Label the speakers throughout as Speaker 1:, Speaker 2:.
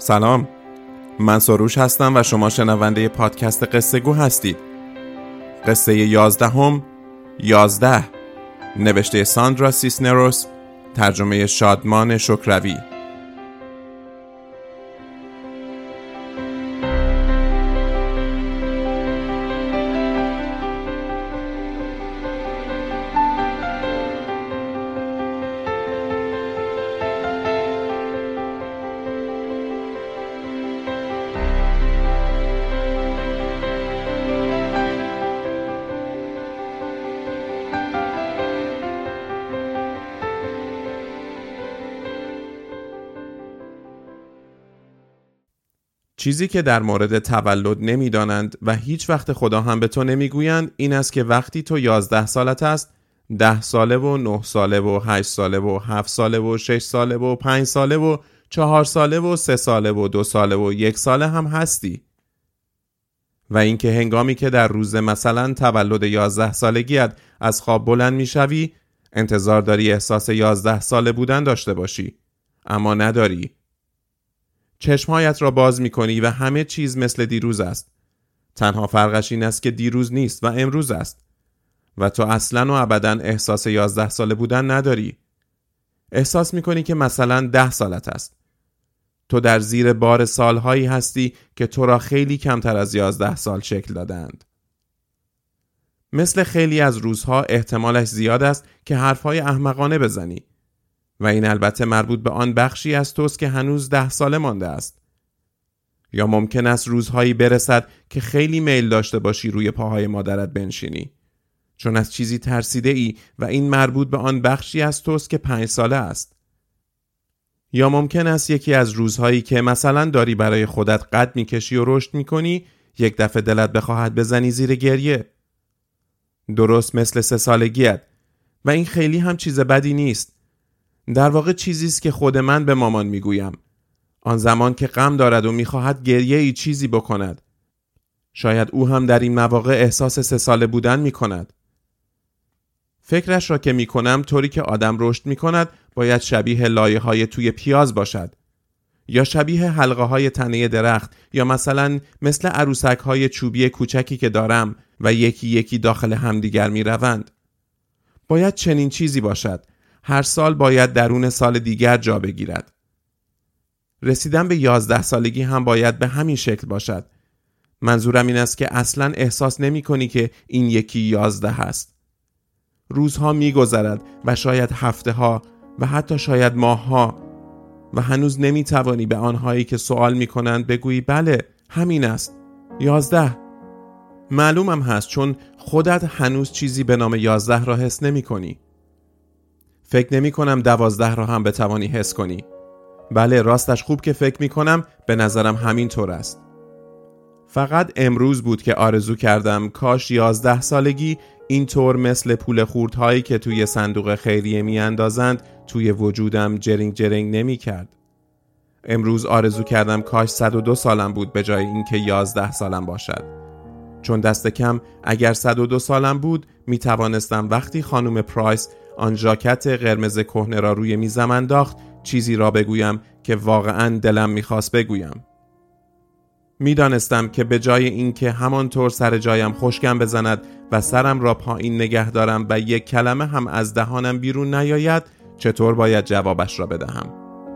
Speaker 1: سلام، من سروش هستم و شما شنونده پادکست قصه گو هستید. قصه 11 نوشته ساندرا سیسنروس، ترجمه شادمان شکروی. چیزی که در مورد تولد نمی‌دانند و هیچ وقت خدا هم به تو نمیگویند این است که وقتی تو 11 سالت است، 10 ساله و 9 ساله و 8 ساله و 7 ساله و 6 ساله و 5 ساله و 4 ساله و 3 ساله و 2 ساله و 1 ساله هم هستی. و اینکه هنگامی که در روز مثلا تولد 11 سالگیت از خواب بلند میشوی، انتظار داری احساس 11 ساله بودن داشته باشی، اما نداری. چشمهایت را باز می‌کنی و همه چیز مثل دیروز است. تنها فرقش این است که دیروز نیست و امروز است. و تو اصلاً و ابداً احساس 11 ساله بودن نداری. احساس می‌کنی که مثلاً 10 سالت است. تو در زیر بار سالهایی هستی که تو را خیلی کمتر از 11 سال شکل دادند. مثل خیلی از روزها احتمالش زیاد است که حرفهای احمقانه بزنی. و این البته مربوط به آن بخشی از توست که هنوز 10 ساله مانده است. یا ممکن است روزهایی برسد که خیلی میل داشته باشی روی پاهای مادرت بنشینی، چون از چیزی ترسیده ای و این مربوط به آن بخشی از توست که 5 ساله است. یا ممکن است یکی از روزهایی که مثلا داری برای خودت قد میکشی و رشد میکنی، یک دفعه دلت بخواهد بزنی زیر گریه. درست مثل 3 سالگیت. و این خیلی هم چیز بدی نیست. در واقع چیزی است که خود من به مامان میگویم. آن زمان که غم دارد و میخواهد گریه ای چیزی بکند. شاید او هم در این مواقع احساس 3 ساله بودن میکند. فکرش را که میکنم طوری که آدم رشد میکند باید شبیه لایه های توی پیاز باشد. یا شبیه حلقه های تنه درخت، یا مثلا مثل عروسک های چوبی کوچکی که دارم و یکی یکی داخل همدیگر میروند. باید چنین چیزی باشد. هر سال باید درون سال دیگر جا بگیرد. رسیدن به 11 سالگی هم باید به همین شکل باشد. منظورم این است که اصلاً احساس نمی کنی که این یکی 11 هست. روزها می گذرد و شاید هفته ها و حتی شاید ماه ها و هنوز نمی توانی به آنهایی که سوال می کنند بگویی بله همین است 11. معلومم هست چون خودت هنوز چیزی به نام 11 را حس نمی کنی. فکر نمی کنم 12 را هم بتوانی حس کنی. بله راستش خوب که فکر می کنم به نظرم همین طور است. فقط امروز بود که آرزو کردم کاش 11 سالگی اینطور مثل پول خردهایی که توی صندوق خیریه می اندازند توی وجودم جرینگ جرینگ نمی کرد. امروز آرزو کردم کاش 102 سالم بود به جای اینکه 11 سالم باشد. چون دست کم اگر 102 سالم بود می توانستم وقتی خانم پرایس آن ژاکت قرمز کهنه را روی میزم انداخت چیزی را بگویم که واقعاً دلم میخواست بگویم. میدانستم که به جای اینکه همانطور سر جایم خشکم بزند و سرم را پایین نگه دارم و یک کلمه هم از دهانم بیرون نیاید، چطور باید جوابش را بدهم.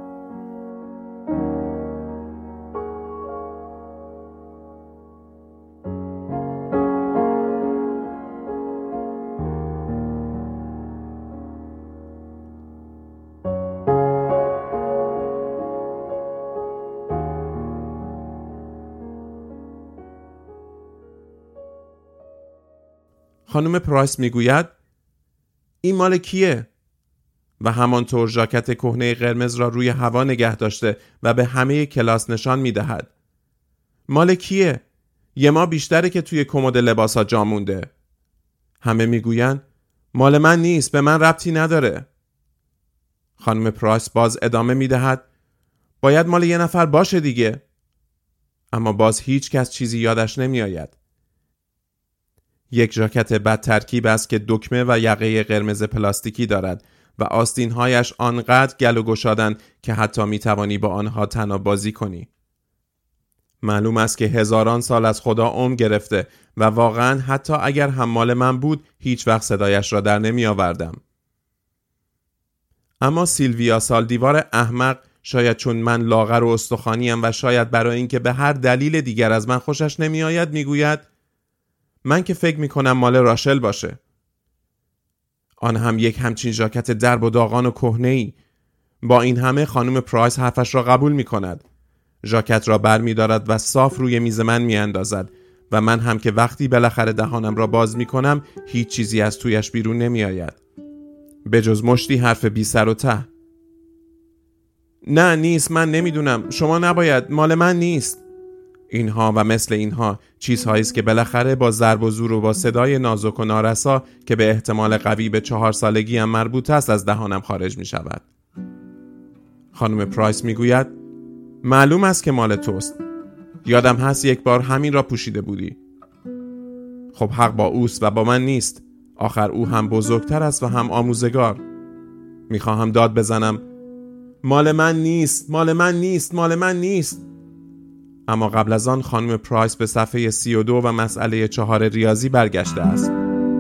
Speaker 1: خانم پرایس میگوید این مال کیه؟ و همانطور ژاکت کهنه قرمز را روی هوا نگه داشته و به همه کلاس نشان میدهد. مال کیه؟ یه ما بیشتره که توی کمد لباسا جا مونده. همه میگوین مال من نیست، به من ربطی نداره. خانم پرایس باز ادامه میدهد باید مال یه نفر باشه دیگه. اما باز هیچ کس چیزی یادش نمی آید. یک ژاکت بد ترکیب است که دکمه و یقه قرمز پلاستیکی دارد و آستین‌هایش آنقدر گل و گشادند که حتی می‌توانی با آنها طناب بازی کنی. معلوم است که هزاران سال از خدا عمر گرفته و واقعاً حتی اگر هم مال من بود هیچ وقت صدایش را در نمی آوردم. اما سیلویا سالدیوار احمق، شاید چون من لاغر و استخوانیم و شاید برای اینکه به هر دلیل دیگر از من خوشش نمی آید میگوید من که فکر میکنم مال راشل باشه. آن هم یک همچین ژاکت درب و داغان و کهنه‌ای. با این همه خانم پرایس حرفش را قبول می کند. ژاکت را بر می دارد و صاف روی میز من می اندازد و من هم که وقتی بالاخره دهانم را باز می کنم هیچ چیزی از تویش بیرون نمی آید به جز مشتی حرف بی سر و ته. نه نیست، من نمیدونم، شما نباید، مال من نیست. اینها و مثل اینها چیزهایی است که بالاخره با ضرب و زور و با صدای نازک و نارسا که به احتمال قوی به 4 سالگی هم مربوط است از دهانم خارج می شود. خانم پرایس می گوید معلوم است که مال توست. یادم هست یک بار همین را پوشیده بودی. خب حق با اوست و با من نیست. آخر او هم بزرگتر است و هم آموزگار. میخواهم داد بزنم مال من نیست، مال من نیست، مال من نیست. اما قبل از آن خانم پرایس به صفحه 32 و مسئله 4 ریاضی برگشته است.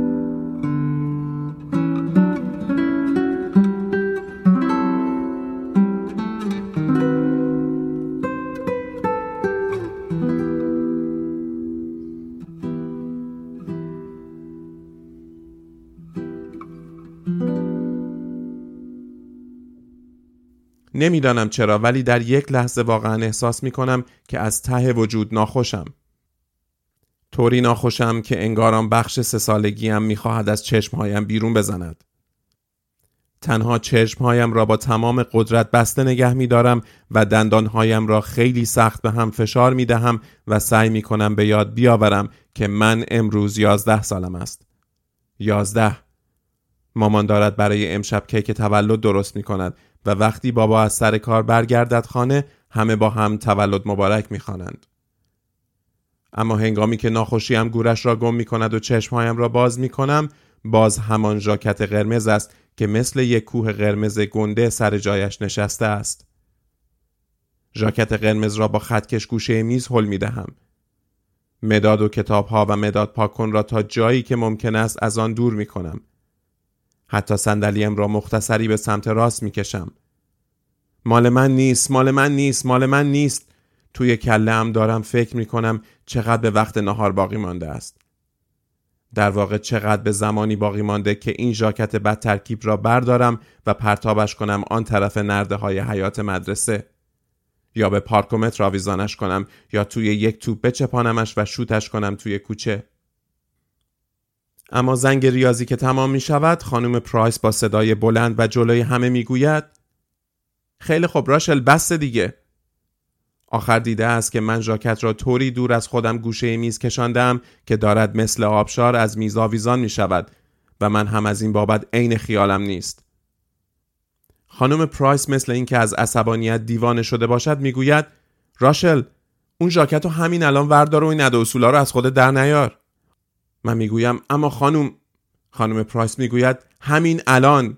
Speaker 1: نمیدانم چرا ولی در یک لحظه واقعا احساس میکنم که از ته وجود ناخوشم. طوری ناخوشم که انگارم بخش 3 سالگیم میخواهد از چشمهایم بیرون بزند. تنها چشمهایم را با تمام قدرت بسته نگه میدارم و دندانهایم را خیلی سخت به هم فشار میدهم و سعی میکنم به یاد بیاورم که من امروز 11 سالم است. 11. مامان دارد برای امشب کیک تولد درست میکند و وقتی بابا از سر کار برگردد خانه همه با هم تولد مبارک میخوانند. اما هنگامی که ناخوشیم گورش را گم میکند و چشمهایم را باز میکنم باز همان ژاکت قرمز است که مثل یک کوه قرمز گنده سر جایش نشسته است. ژاکت قرمز را با خطکش گوشه میز هل میدهم. مداد و کتابها و مداد پاکن را تا جایی که ممکن است از آن دور میکنم. حتی صندلیم را مختصری به سمت راست میکشم. مال من نیست، مال من نیست، مال من نیست. توی کله‌ام دارم فکر میکنم چقدر به وقت نهار باقی مانده است. در واقع چقدر به زمانی باقی مانده که این ژاکت بد ترکیب را بردارم و پرتابش کنم آن طرف نرده های حیات مدرسه، یا به پارکومتر آویزانش کنم یا توی یک توپ بچپانمش و شوتش کنم توی کوچه. اما زنگ ریاضی که تمام می شود خانم پرایس با صدای بلند و جلوی همه می گوید خیلی خب راشل بس دیگه. آخر دیده است که من ژاکت را طوری دور از خودم گوشه میز کشاندم که دارد مثل آبشار از میز آویزان می شود و من هم از این بابت عین خیالم نیست. خانم پرایس مثل این که از عصبانیت دیوانه شده باشد می گوید راشل اون ژاکت رو همین الان وردار و این نده اصولا رو از خودت در نیار. من میگویم اما خانم پرایس میگوید همین الان.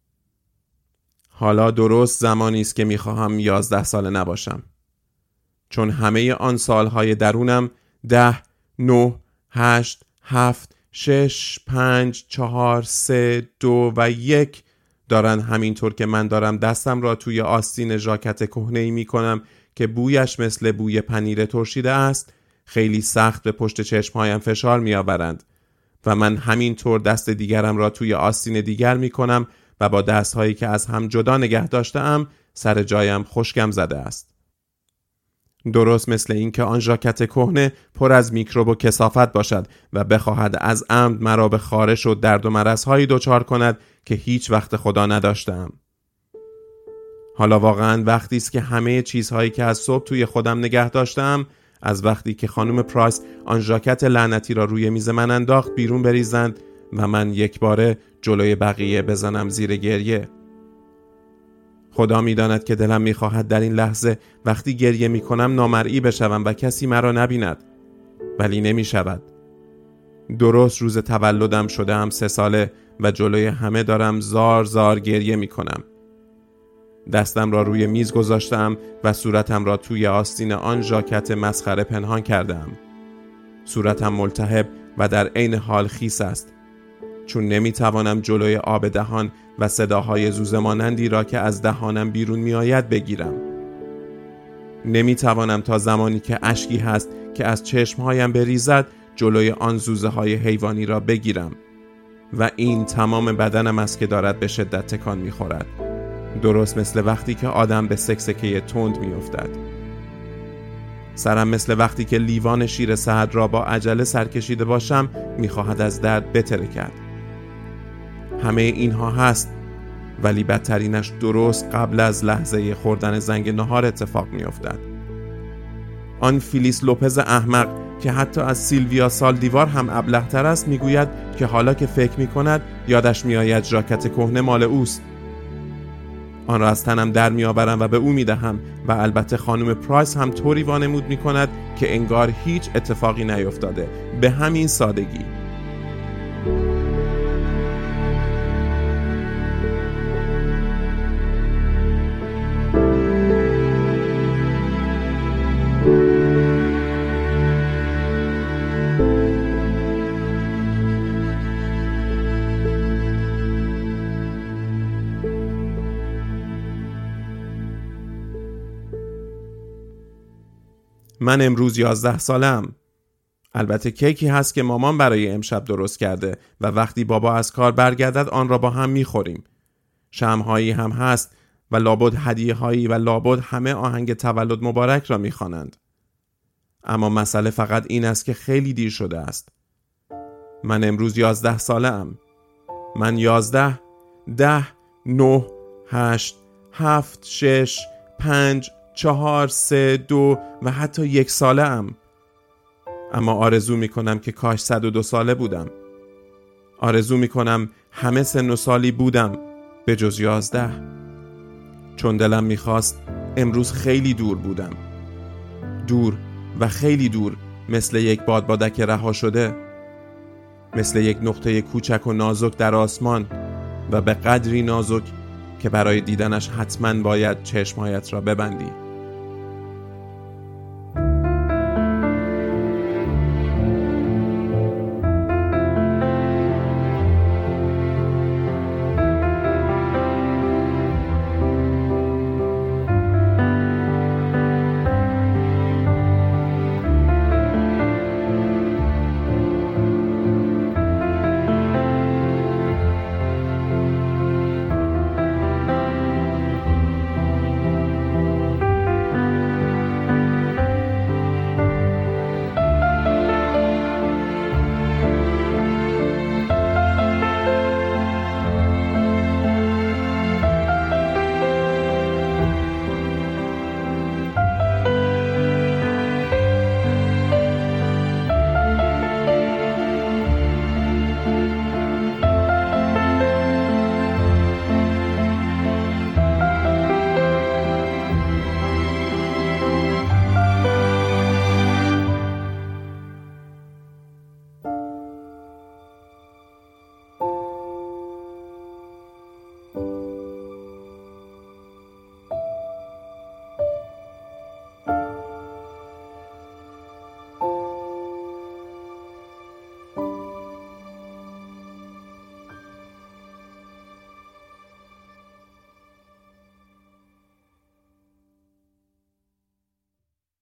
Speaker 1: حالا درست زمانی است که میخواهم 11 ساله نباشم، چون همه آن سالهای درونم 10 9 8 7 6 5 4 3 2 و 1 دارن همینطور که من دارم دستم را توی آستین ژاکت کهنه‌ای میکنم که بویش مثل بوی پنیر ترشیده است خیلی سخت به پشت چشمهایم فشار می آورند و من همینطور دست دیگرم را توی آستین دیگر می کنم و با دستهایی که از هم جدا نگه داشتم سر جایم خشکم زده است. درست مثل این که آن ژاکت کهنه پر از میکروب و کثافت باشد و بخواهد از عمد مرا به خارش و درد و مرض‌هایی دچار کند که هیچ وقت خدا نداشتم. حالا واقعاً وقتی است که همه چیزهایی که از صبح توی خودم نگه داشتم از وقتی که خانم پرایس آن ژاکت لعنتی را روی میز من انداخت بیرون بریزند و من یک باره جلوی بقیه بزنم زیر گریه. خدا می‌داند که دلم می‌خواهد در این لحظه وقتی گریه می‌کنم نامرئی بشوم و کسی مرا نبیند، ولی نمی‌شود. درست روز تولدم شدم 3 ساله و جلوی همه دارم زار زار گریه می کنم. دستم را روی میز گذاشتم و صورتم را توی آستین آن ژاکت مسخره پنهان کردم. صورتم ملتهب و در عین حال خیس است، چون نمیتوانم جلوی آب دهان و صداهای زوزه مانندی را که از دهانم بیرون میآید بگیرم. نمیتوانم تا زمانی که اشکی هست که از چشمهایم بریزد جلوی آن زوزه های حیوانی را بگیرم و این تمام بدنم است که دارد به شدت تکان میخورد، درست مثل وقتی که آدم به سکسکه تند میافتد. سرم مثل وقتی که لیوان شیر سحر را با عجله سرکشیده باشم میخواهد از درد بترکد. همه اینها هست، ولی بدترینش درست قبل از لحظه خوردن زنگ نهار اتفاق میافتد. آن فیلیس لوپز احمق که حتی از سیلویا سالدیوار هم ابله‌تر است میگوید که حالا که فکر میکند یادش میآید ژاکت کهنه مال اوست. آن را از تنم در میآورم و به او میدهم و البته خانم پرایس هم طوری وانمود میکند که انگار هیچ اتفاقی نیفتاده، به همین سادگی. من امروز 11 سالم. البته کیکی هست که مامان برای امشب درست کرده و وقتی بابا از کار برگردد آن را با هم میخوریم. شمع‌هایی هم هست و لابد هدیه‌هایی و لابد همه آهنگ تولد مبارک را میخوانند. اما مسئله فقط این است که خیلی دیر شده است. من امروز 11 سالم. من 11 10 9 8 7 6 5 4 3 2 و حتی 1 ساله ام. اما آرزو میکنم که کاش 102 ساله بودم. آرزو میکنم همه سن و سالی بودم به جز 11، چون دلم میخواست امروز خیلی دور بودم، دور و خیلی دور، مثل یک بادبادک رها شده، مثل یک نقطه کوچک و نازک در آسمان و به قدری نازک که برای دیدنش حتما باید چشمهایت را ببندی.